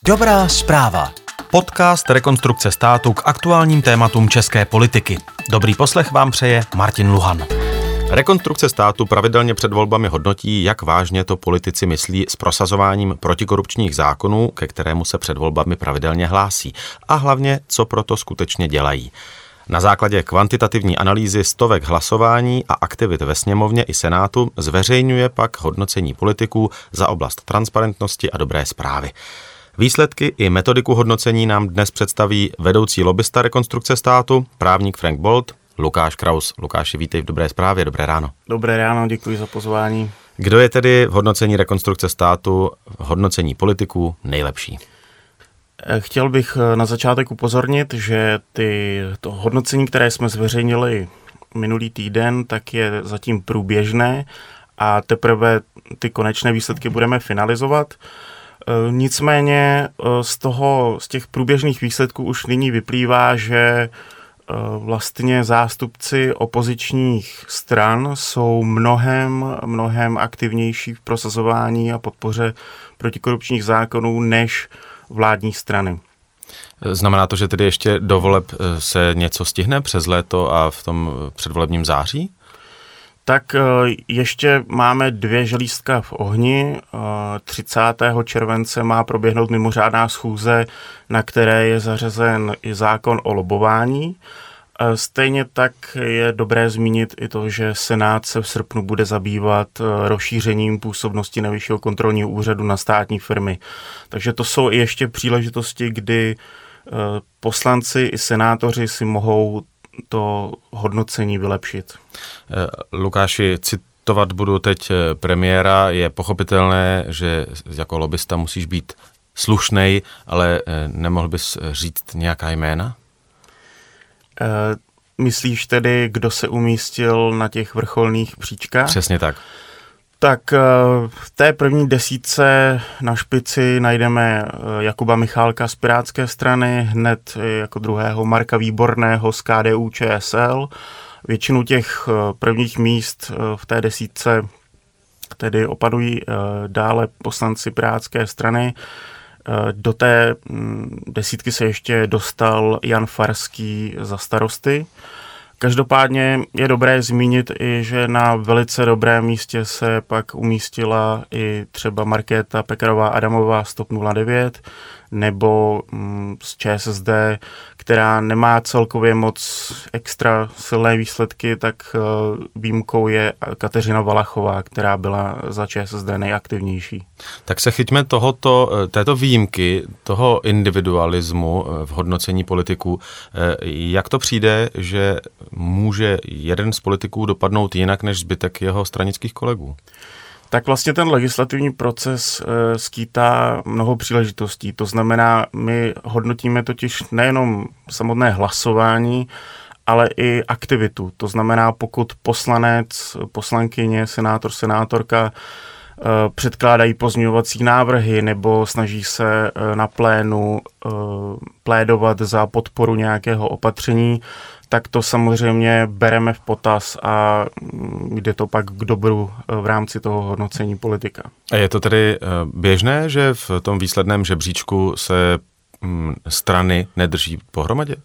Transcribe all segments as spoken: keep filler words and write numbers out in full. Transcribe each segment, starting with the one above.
Dobrá zpráva. Podcast Rekonstrukce státu k aktuálním tématům české politiky. Dobrý poslech vám přeje Martin Luhan. Rekonstrukce státu pravidelně před volbami hodnotí, jak vážně to politici myslí s prosazováním protikorupčních zákonů, ke kterému se před volbami pravidelně hlásí. A hlavně, co proto skutečně dělají. Na základě kvantitativní analýzy stovek hlasování a aktivit ve sněmovně i senátu zveřejňuje pak hodnocení politiků za oblast transparentnosti a dobré správy. Výsledky i metodiku hodnocení nám dnes představí vedoucí lobista Rekonstrukce státu, právník Frank Bold, Lukáš Kraus. Lukáši, vítej v Dobré zprávě, dobré ráno. Dobré ráno, děkuji za pozvání. Kdo je tedy v hodnocení Rekonstrukce státu, v hodnocení politiků nejlepší? Chtěl bych na začátek upozornit, že ty, to hodnocení, které jsme zveřejnili minulý týden, tak je zatím průběžné a teprve ty konečné výsledky budeme finalizovat. Nicméně z toho, z těch průběžných výsledků už nyní vyplývá, že vlastně zástupci opozičních stran jsou mnohem, mnohem aktivnější v prosazování a podpoře protikorupčních zákonů než vládní strany. Znamená to, že tedy ještě do voleb se něco stihne přes léto a v tom předvolebním září? Tak ještě máme dvě želízka v ohni. třicátého července má proběhnout mimořádná schůze, na které je zařazen i zákon o lobování. Stejně tak je dobré zmínit i to, že Senát se v srpnu bude zabývat rozšířením působnosti Nejvyššího kontrolního úřadu na státní firmy. Takže to jsou i ještě příležitosti, kdy poslanci i senátoři si mohou to hodnocení vylepšit. Lukáši, citovat budu teď premiéra. Je pochopitelné, že jako lobista musíš být slušnej, ale nemohl bys říct nějaká jména? Myslíš tedy, kdo se umístil na těch vrcholných příčkách? Přesně tak. Tak v té první desítce na špici najdeme Jakuba Michálka z Pirátské strany, hned jako druhého Marka Výborného z K D U Č S L. Většinu těch prvních míst v té desítce tedy opadují dále poslanci Pirátské strany. Do té desítky se ještě dostal Jan Farský za Starosty. Každopádně je dobré zmínit i, že na velice dobrém místě se pak umístila i třeba Markéta Pekarová Adamová z TOP nula devět nebo z Č S S D, která nemá celkově moc extra silné výsledky, tak výjimkou je Kateřina Valachová, která byla za Č S S D nejaktivnější. Tak se chyťme tohoto, této výjimky, toho individualismu v hodnocení politiků. Jak to přijde, že může jeden z politiků dopadnout jinak než zbytek jeho stranických kolegů? Tak vlastně ten legislativní proces e, skýtá mnoho příležitostí. To znamená, my hodnotíme totiž nejenom samotné hlasování, ale i aktivitu. To znamená, pokud poslanec, poslankyně, senátor, senátorka e, předkládají pozměňovací návrhy nebo snaží se e, na plénu e, plédovat za podporu nějakého opatření, tak to samozřejmě bereme v potaz a jde to pak k dobru v rámci toho hodnocení politika. A je to tedy běžné, že v tom výsledném žebříčku se strany nedrží pohromadě?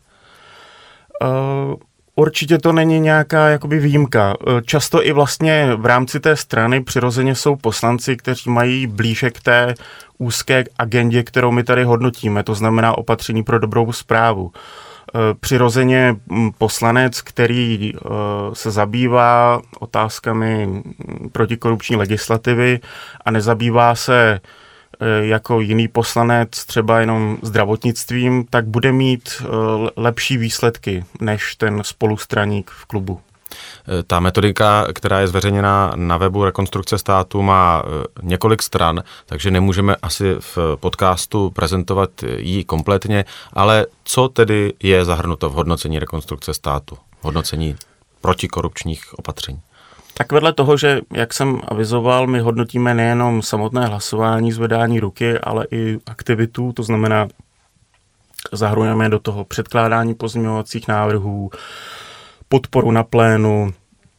Uh, určitě to není nějaká jakoby výjimka. Často i vlastně v rámci té strany přirozeně jsou poslanci, kteří mají blíže k té úzké agendě, kterou my tady hodnotíme, to znamená opatření pro dobrou správu. Přirozeně poslanec, který se zabývá otázkami protikorupční legislativy a nezabývá se jako jiný poslanec třeba jenom zdravotnictvím, tak bude mít lepší výsledky než ten spolustraník v klubu. Ta metodika, která je zveřejněna na webu Rekonstrukce státu, má několik stran, takže nemůžeme asi v podcastu prezentovat ji kompletně, ale co tedy je zahrnuto v hodnocení Rekonstrukce státu, hodnocení protikorupčních opatření? Tak vedle toho, že, jak jsem avizoval, my hodnotíme nejenom samotné hlasování, zvedání ruky, ale i aktivitu, to znamená, zahrnujeme do toho předkládání pozměňovacích návrhů, podporu na plénu,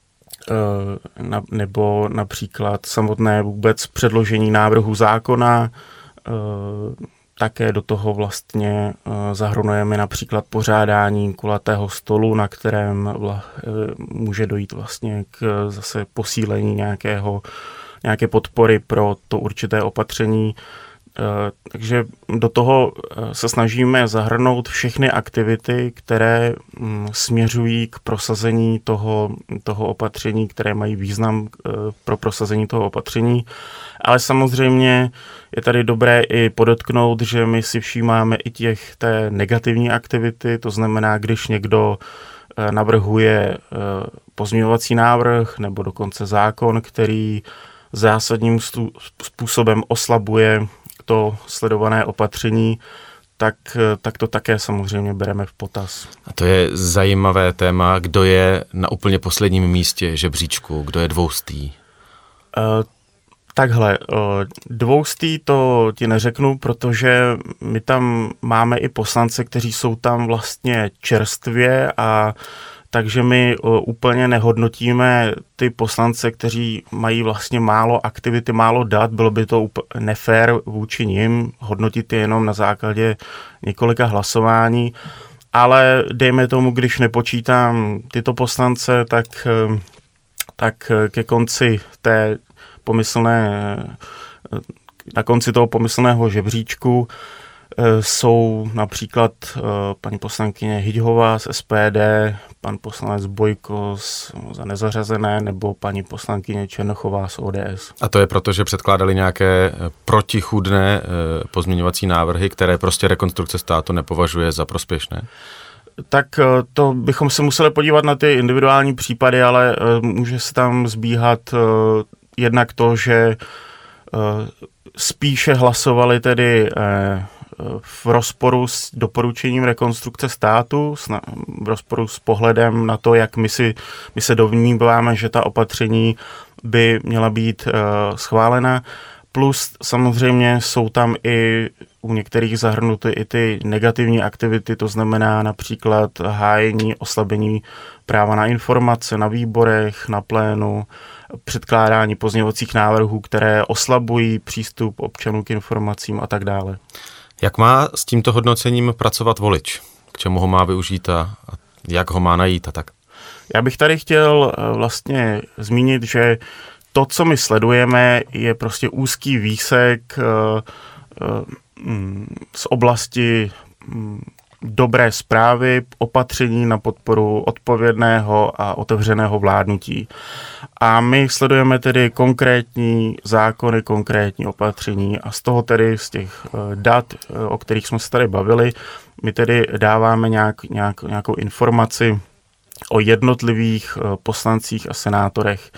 nebo například samotné vůbec předložení návrhu zákona, také do toho vlastně zahrnujeme například pořádání kulatého stolu, na kterém vla, může dojít vlastně k zase posílení nějakého, nějaké podpory pro to určité opatření. Takže do toho se snažíme zahrnout všechny aktivity, které směřují k prosazení toho, toho opatření, které mají význam pro prosazení toho opatření. Ale samozřejmě je tady dobré i podotknout, že my si všímáme i těch té negativní aktivity, to znamená, když někdo navrhuje pozměňovací návrh nebo dokonce zákon, který zásadním způsobem oslabuje to sledované opatření, tak, tak to také samozřejmě bereme v potaz. A to je zajímavé téma, kdo je na úplně posledním místě žebříčku, kdo je dvoustý? Uh, takhle, uh, dvoustý to ti neřeknu, protože my tam máme i poslance, kteří jsou tam vlastně čerstvě a takže my úplně nehodnotíme ty poslance, kteří mají vlastně málo aktivity, málo dat, bylo by to nefér vůči nim, hodnotit je jenom na základě několika hlasování, ale dejme tomu, když nepočítám tyto poslance, tak, tak ke konci té pomyslné, na konci toho pomyslného žebříčku jsou například paní poslankyně Hyďhová z S P D, pan poslanec Bojko z, za nezařazené nebo paní poslankyně Černochová z O D S. A to je proto, že předkládali nějaké protichůdné pozměňovací návrhy, které prostě Rekonstrukce státu nepovažuje za prospěšné? Tak to bychom se museli podívat na ty individuální případy, ale může se tam zbíhat jednak to, že spíše hlasovali tedy v rozporu s doporučením Rekonstrukce státu, v rozporu s pohledem na to, jak my, si, my se domníváme, že ta opatření by měla být uh, schválena. Plus samozřejmě jsou tam i u některých zahrnuty i ty negativní aktivity, to znamená například hájení, oslabení práva na informace na výborech, na plénu, předkládání pozměňovacích návrhů, které oslabují přístup občanů k informacím a tak dále. Jak má s tímto hodnocením pracovat volič? K čemu ho má využít a, a jak ho má najít a tak? Já bych tady chtěl vlastně zmínit, že to, co my sledujeme, je prostě úzký výsek z oblasti dobré správy, opatření na podporu odpovědného a otevřeného vládnutí. A my sledujeme tedy konkrétní zákony, konkrétní opatření a z toho tedy z těch dat, o kterých jsme se tady bavili, my tedy dáváme nějak, nějak, nějakou informaci o jednotlivých poslancích a senátorech.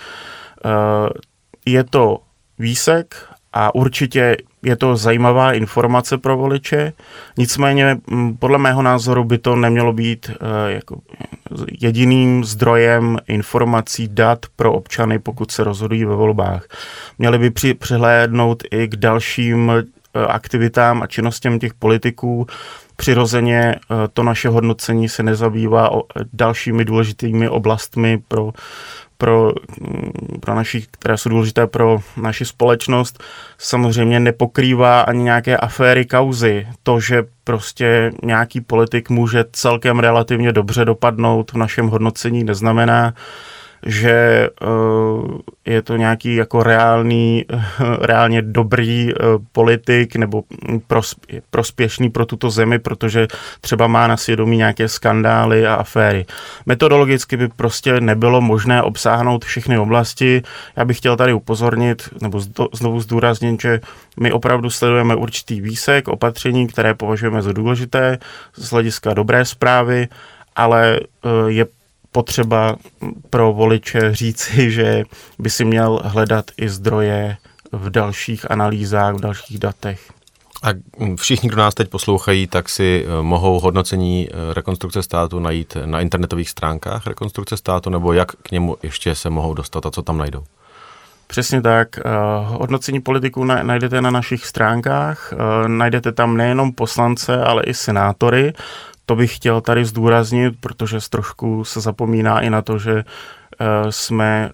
Je to výsek a určitě je to zajímavá informace pro voliče, nicméně podle mého názoru by to nemělo být jako jediným zdrojem informací, dat pro občany, pokud se rozhodují ve volbách. Měli by při, přihlédnout i k dalším aktivitám a činnostem těch politiků. Přirozeně to naše hodnocení se nezabývá dalšími důležitými oblastmi pro Pro, pro naši, které jsou důležité pro naši společnost, samozřejmě nepokrývá ani nějaké aféry, kauzy. To, že prostě nějaký politik může celkem relativně dobře dopadnout v našem hodnocení, neznamená, že uh, je to nějaký jako reálný, uh, reálně dobrý uh, politik nebo prospě, prospěšný pro tuto zemi, protože třeba má na svědomí nějaké skandály a aféry. Metodologicky by prostě nebylo možné obsáhnout všechny oblasti. Já bych chtěl tady upozornit nebo zdo, znovu zdůraznit, že my opravdu sledujeme určitý výsek opatření, které považujeme za důležité z hlediska dobré správy, ale uh, je potřeba pro voliče říci, že by si měl hledat i zdroje v dalších analýzách, v dalších datech. A všichni, kdo nás teď poslouchají, tak si mohou hodnocení Rekonstrukce státu najít na internetových stránkách Rekonstrukce státu, nebo jak k němu ještě se mohou dostat a co tam najdou? Přesně tak. Hodnocení politiků najdete na našich stránkách. Najdete tam nejenom poslance, ale i senátory. To bych chtěl tady zdůraznit, protože trošku se zapomíná i na to, že jsme,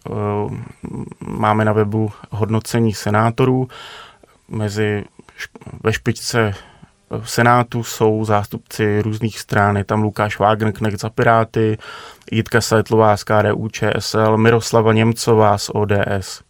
máme na webu hodnocení senátorů. Mezi, ve špičce v Senátu jsou zástupci různých stran, je tam Lukáš Wagenknecht za Piráty, Jitka Seitlová z K D U Č S L, Miroslava Němcová z O D S.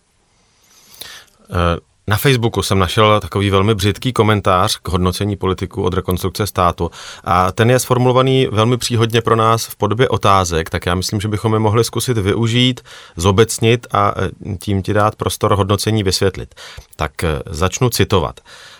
Na Facebooku jsem našel takový velmi břitký komentář k hodnocení politiků od Rekonstrukce státu a ten je sformulovaný velmi příhodně pro nás v podobě otázek, tak já myslím, že bychom je mohli zkusit využít, zobecnit a tím ti dát prostor hodnocení vysvětlit. Tak začnu citovat.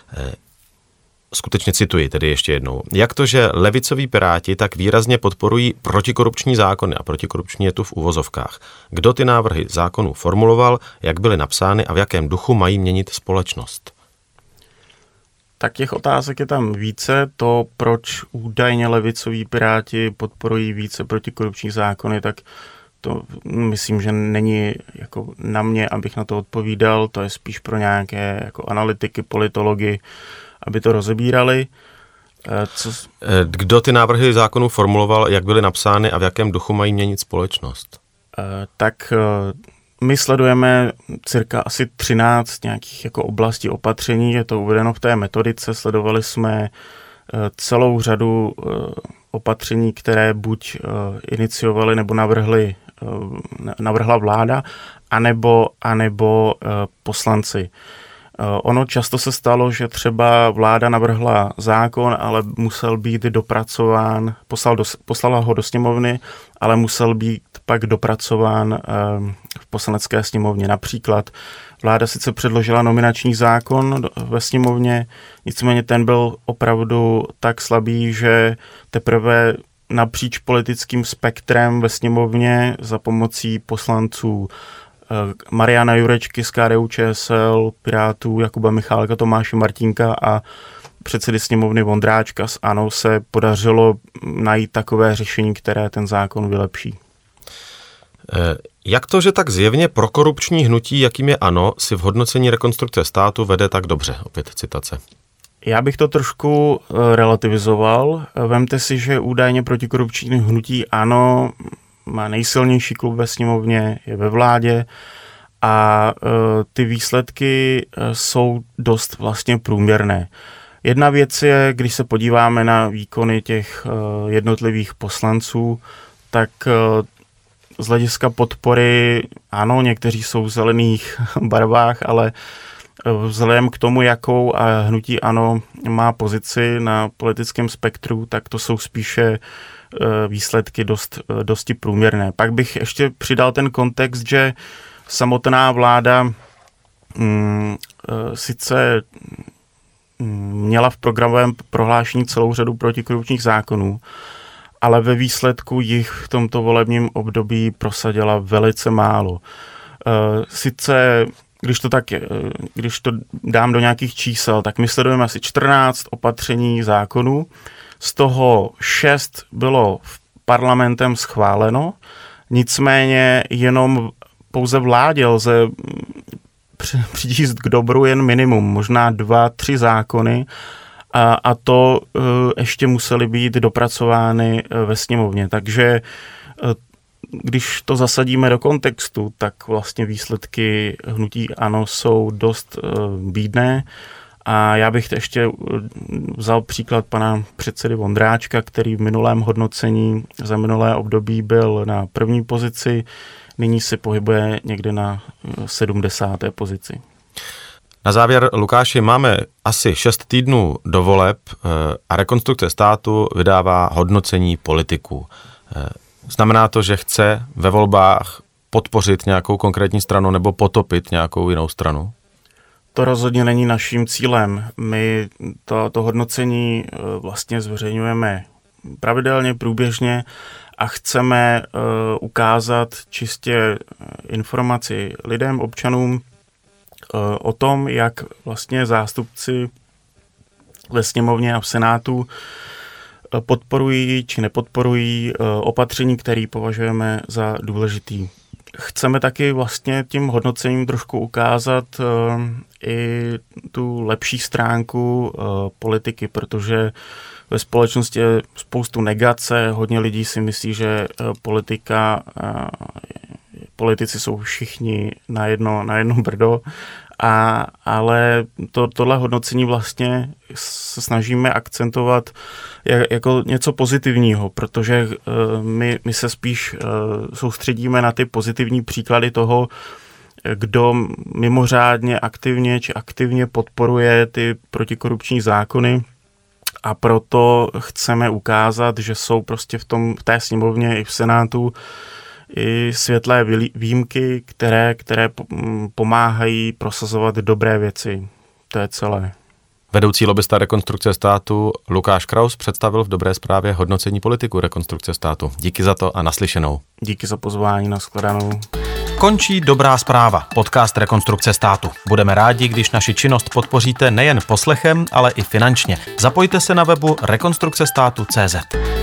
Skutečně cituji tedy ještě jednou. Jak to, že levicoví Piráti tak výrazně podporují protikorupční zákony a protikorupční je tu v uvozovkách? Kdo ty návrhy zákonů formuloval, jak byly napsány a v jakém duchu mají měnit společnost? Tak těch otázek je tam více. To, proč údajně levicoví Piráti podporují více protikorupční zákony, tak to myslím, že není jako na mě, abych na to odpovídal. To je spíš pro nějaké jako analytiky, politology, aby to rozebírali. Co... Kdo ty návrhy zákonů formuloval, jak byly napsány a v jakém duchu mají měnit společnost? Tak my sledujeme cirka asi třináct nějakých jako oblastí opatření, je to uvedeno v té metodice, sledovali jsme celou řadu opatření, které buď iniciovali nebo navrhli, navrhla vláda, anebo, anebo poslanci. Ono často se stalo, že třeba vláda navrhla zákon, ale musel být dopracován, poslal do, poslala ho do sněmovny, ale musel být pak dopracován v poslanecké sněmovně. Například vláda sice předložila nominační zákon ve sněmovně, nicméně ten byl opravdu tak slabý, že teprve napříč politickým spektrem ve sněmovně za pomocí poslanců Mariana Jurečky z K D U Č S L, Pirátů, Jakuba Michálka, Tomáše Martínka a předsedy sněmovny Vondráčka z ANO se podařilo najít takové řešení, které ten zákon vylepší. Jak to, že tak zjevně prokorupční hnutí, jakým je ANO, si v hodnocení Rekonstrukce státu vede tak dobře? Opět citace. Já bych to trošku relativizoval. Vemte si, že údajně protikorupční hnutí ANO má nejsilnější klub ve sněmovně, je ve vládě a e, ty výsledky e, jsou dost vlastně průměrné. Jedna věc je, když se podíváme na výkony těch e, jednotlivých poslanců, tak e, z hlediska podpory, ano, někteří jsou v zelených barvách, ale vzhledem k tomu, jakou a hnutí ANO má pozici na politickém spektru, tak to jsou spíše výsledky dost, dosti průměrné. Pak bych ještě přidal ten kontext, že samotná vláda mm, sice měla v programovém prohlášení celou řadu protikorupčních zákonů, ale ve výsledku jich v tomto volebním období prosadila velice málo. Sice, když to tak, když to dám do nějakých čísel, tak my sledujeme asi čtrnáct opatření zákonů, z toho šest bylo parlamentem schváleno, nicméně jenom pouze vládě lze přičíst k dobru jen minimum, možná dva, tři zákony a, a to uh, ještě musely být dopracovány uh, ve sněmovně. Takže uh, když to zasadíme do kontextu, tak vlastně výsledky hnutí ANO jsou dost uh, bídné. A já bych ještě vzal příklad pana předsedy Vondráčka, který v minulém hodnocení za minulé období byl na první pozici, nyní se pohybuje někde na sedmdesáté pozici. Na závěr, Lukáši, máme asi šest týdnů do voleb a Rekonstrukce státu vydává hodnocení politiků. Znamená to, že chce ve volbách podpořit nějakou konkrétní stranu nebo potopit nějakou jinou stranu? To rozhodně není naším cílem. My to, to hodnocení vlastně zveřejňujeme pravidelně, průběžně a chceme uh, ukázat čistě informaci lidem, občanům uh, o tom, jak vlastně zástupci ve sněmovně a v Senátu uh, podporují či nepodporují uh, opatření, které považujeme za důležitý. Chceme taky vlastně tím hodnocením trošku ukázat uh, i tu lepší stránku uh, politiky, protože ve společnosti je spoustu negace, hodně lidí si myslí, že uh, politika, uh, politici jsou všichni na jedno, na jedno brdo A, ale to, tohle hodnocení vlastně se snažíme akcentovat jak, jako něco pozitivního, protože uh, my, my se spíš uh, soustředíme na ty pozitivní příklady toho, kdo mimořádně aktivně či aktivně podporuje ty protikorupční zákony, a proto chceme ukázat, že jsou prostě v tom v té sněmovně i v Senátu i světlé výjimky, které, které pomáhají prosazovat dobré věci. To je celé. Vedoucí lobista Rekonstrukce státu Lukáš Kraus představil v Dobré zprávě hodnocení politiku Rekonstrukce státu. Díky za to a naslyšenou. Díky za pozvání, nashledanou. Končí Dobrá zpráva, podcast Rekonstrukce státu. Budeme rádi, když naši činnost podpoříte nejen poslechem, ale i finančně. Zapojte se na webu rekonstrukce státu tečka cé zet.